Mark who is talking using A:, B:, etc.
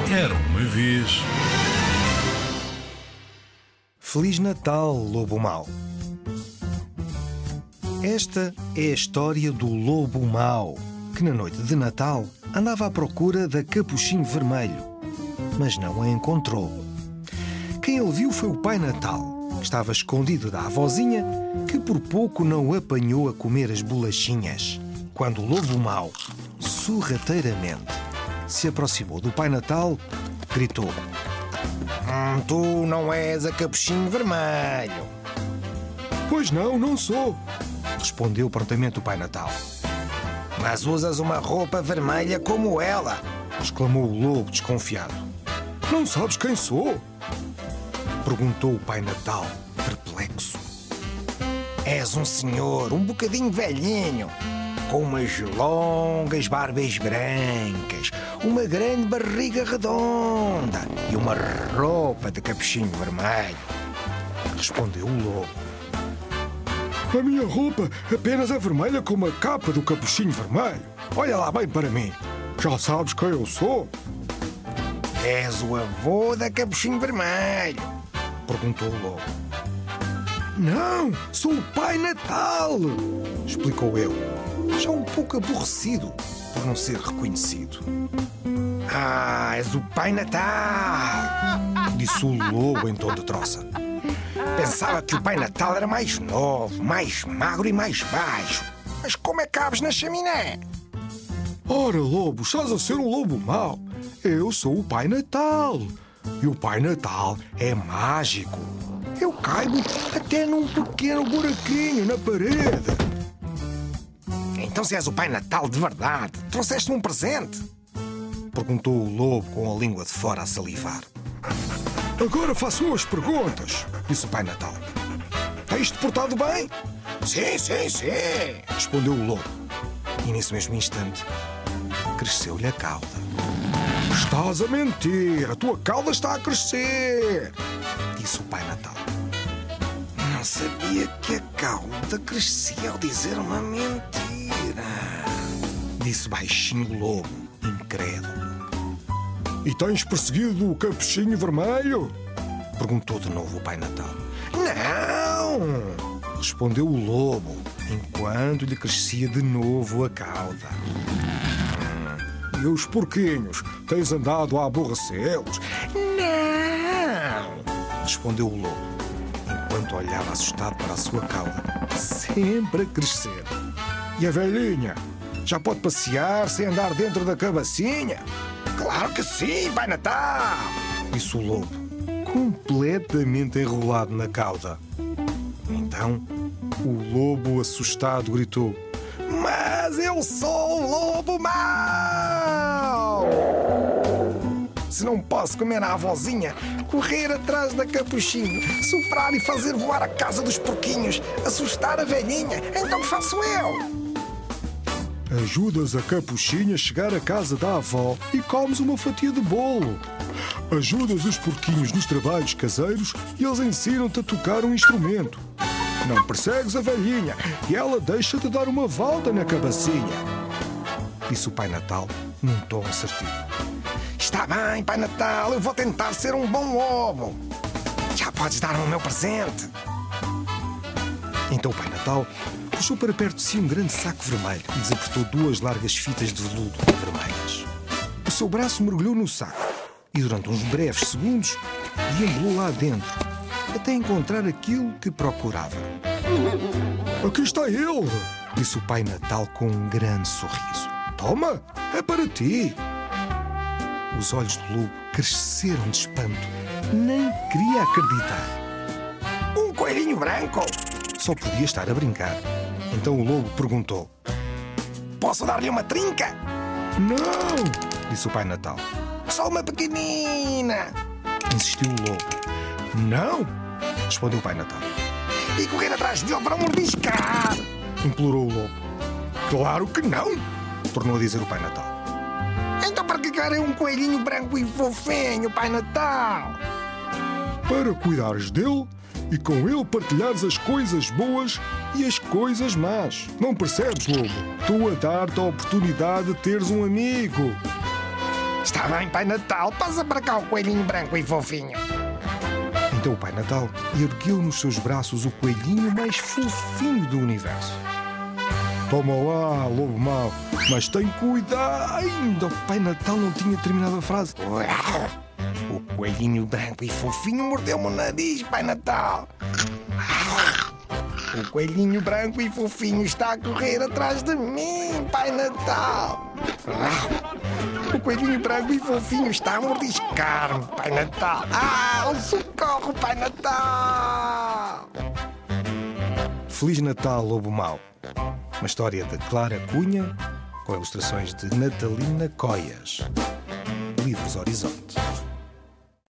A: Era uma vez.
B: Feliz Natal, Lobo Mau. Esta é a história do Lobo Mau, que na noite de Natal andava à procura da Capuchinho Vermelho, mas não a encontrou. Quem ele viu foi o Pai Natal, que estava escondido da avózinha, que por pouco não o apanhou a comer as bolachinhas. Quando o Lobo Mau, sorrateiramente, se aproximou do Pai Natal, gritou:
C: Tu não és a Capuchinho Vermelho.
B: Pois não, não sou, respondeu prontamente o Pai Natal.
C: Mas usas uma roupa vermelha como ela,
B: exclamou o lobo desconfiado. Não sabes quem sou? Perguntou o Pai Natal, perplexo.
C: És um senhor um bocadinho velhinho, com umas longas barbas brancas, uma grande barriga redonda e uma roupa de capuchinho vermelho,
B: respondeu o lobo. A minha roupa apenas é vermelha como a capa do capuchinho vermelho. Olha lá bem para mim. Já sabes quem eu sou?
C: És o avô da Capuchinho Vermelho,
B: perguntou o lobo. Não, sou o Pai Natal, explicou ele, já um pouco aborrecido por não ser reconhecido.
C: És o Pai Natal,
B: disse o lobo em tom de troça.
C: Pensava que o Pai Natal era mais novo, mais magro e mais baixo. Mas como é que cabes na chaminé?
B: Ora, lobo, estás a ser um lobo mau. Eu sou o Pai Natal. E o Pai Natal é mágico. Eu caibo até num pequeno buraquinho na parede.
C: Então se és o Pai Natal de verdade, trouxeste-me um presente?
B: Perguntou o lobo com a língua de fora a salivar. Agora façam as perguntas, disse o Pai Natal. Tens-te portado bem?
C: Sim, sim, sim,
B: respondeu o lobo. E nesse mesmo instante, cresceu-lhe a cauda. Estás a mentir, a tua cauda está a crescer, disse o Pai Natal.
C: Não sabia que a cauda crescia ao dizer uma mentira,
B: disse baixinho o lobo, incrédulo. E tens perseguido o Capuchinho Vermelho? Perguntou de novo o Pai Natal.
C: Não,
B: respondeu o lobo, enquanto lhe crescia de novo a cauda. E os porquinhos? Tens andado a aborrecê-los?
C: Não,
B: respondeu o lobo, enquanto olhava assustado para a sua cauda, sempre a crescer. E a velhinha? Já pode passear sem andar dentro da cabacinha?
C: Claro que sim, Pai Natal,
B: disse o lobo, completamente enrolado na cauda. Então, o lobo assustado gritou:
C: Mas eu sou o Lobo Mau! Se não posso comer a avózinha, correr atrás da Capuchinho, soprar e fazer voar a casa dos porquinhos, assustar a velhinha, então faço eu!
B: Ajudas a Capuchinha a chegar à casa da avó e comes uma fatia de bolo. Ajudas os porquinhos nos trabalhos caseiros e eles ensinam-te a tocar um instrumento. Não persegues a velhinha e ela deixa-te dar uma volta na cabacinha, disse o Pai Natal num tom assertivo.
C: Está bem, Pai Natal, eu vou tentar ser um bom lobo. Já podes dar-me o meu presente.
B: Então o Pai Natal puxou para perto de si um grande saco vermelho e desapertou 2 largas fitas de veludo vermelhas. O seu braço mergulhou no saco e durante uns breves segundos deambulou lá dentro até encontrar aquilo que procurava. Aqui está ele, disse o Pai Natal com um grande sorriso. Toma, é para ti. Os olhos do lobo cresceram de espanto. Nem queria acreditar.
C: Um coelhinho branco?
B: Só podia estar a brincar. Então o lobo perguntou:
C: Posso dar-lhe uma trinca?
B: Não, disse o Pai Natal.
C: Só uma pequenina,
B: insistiu o lobo. Não, respondeu o Pai Natal.
C: E correr atrás dele para mordiscar,
B: implorou o lobo. Claro que não, tornou a dizer o Pai Natal.
C: Então para que querer um coelhinho branco e fofinho, Pai Natal?
B: Para cuidares dele e com ele partilhares as coisas boas e as coisas más. Não percebes, lobo? Estou a dar-te a oportunidade de teres um amigo.
C: Está bem, Pai Natal, passa para cá o coelhinho branco e fofinho.
B: Então o Pai Natal ergueu nos seus braços o coelhinho mais fofinho do universo. Toma lá, lobo mau, mas tem cuidado. Ainda o Pai Natal não tinha terminado a frase.
C: O coelhinho branco e fofinho mordeu-me o nariz, Pai Natal. O coelhinho branco e fofinho está a correr atrás de mim, Pai Natal. O coelhinho branco e fofinho está a mordiscar-me, Pai Natal. Socorro, Pai Natal.
B: Feliz Natal, lobo mau. Uma história de Clara Cunha, com ilustrações de Natalina Coias. Livros Horizonte.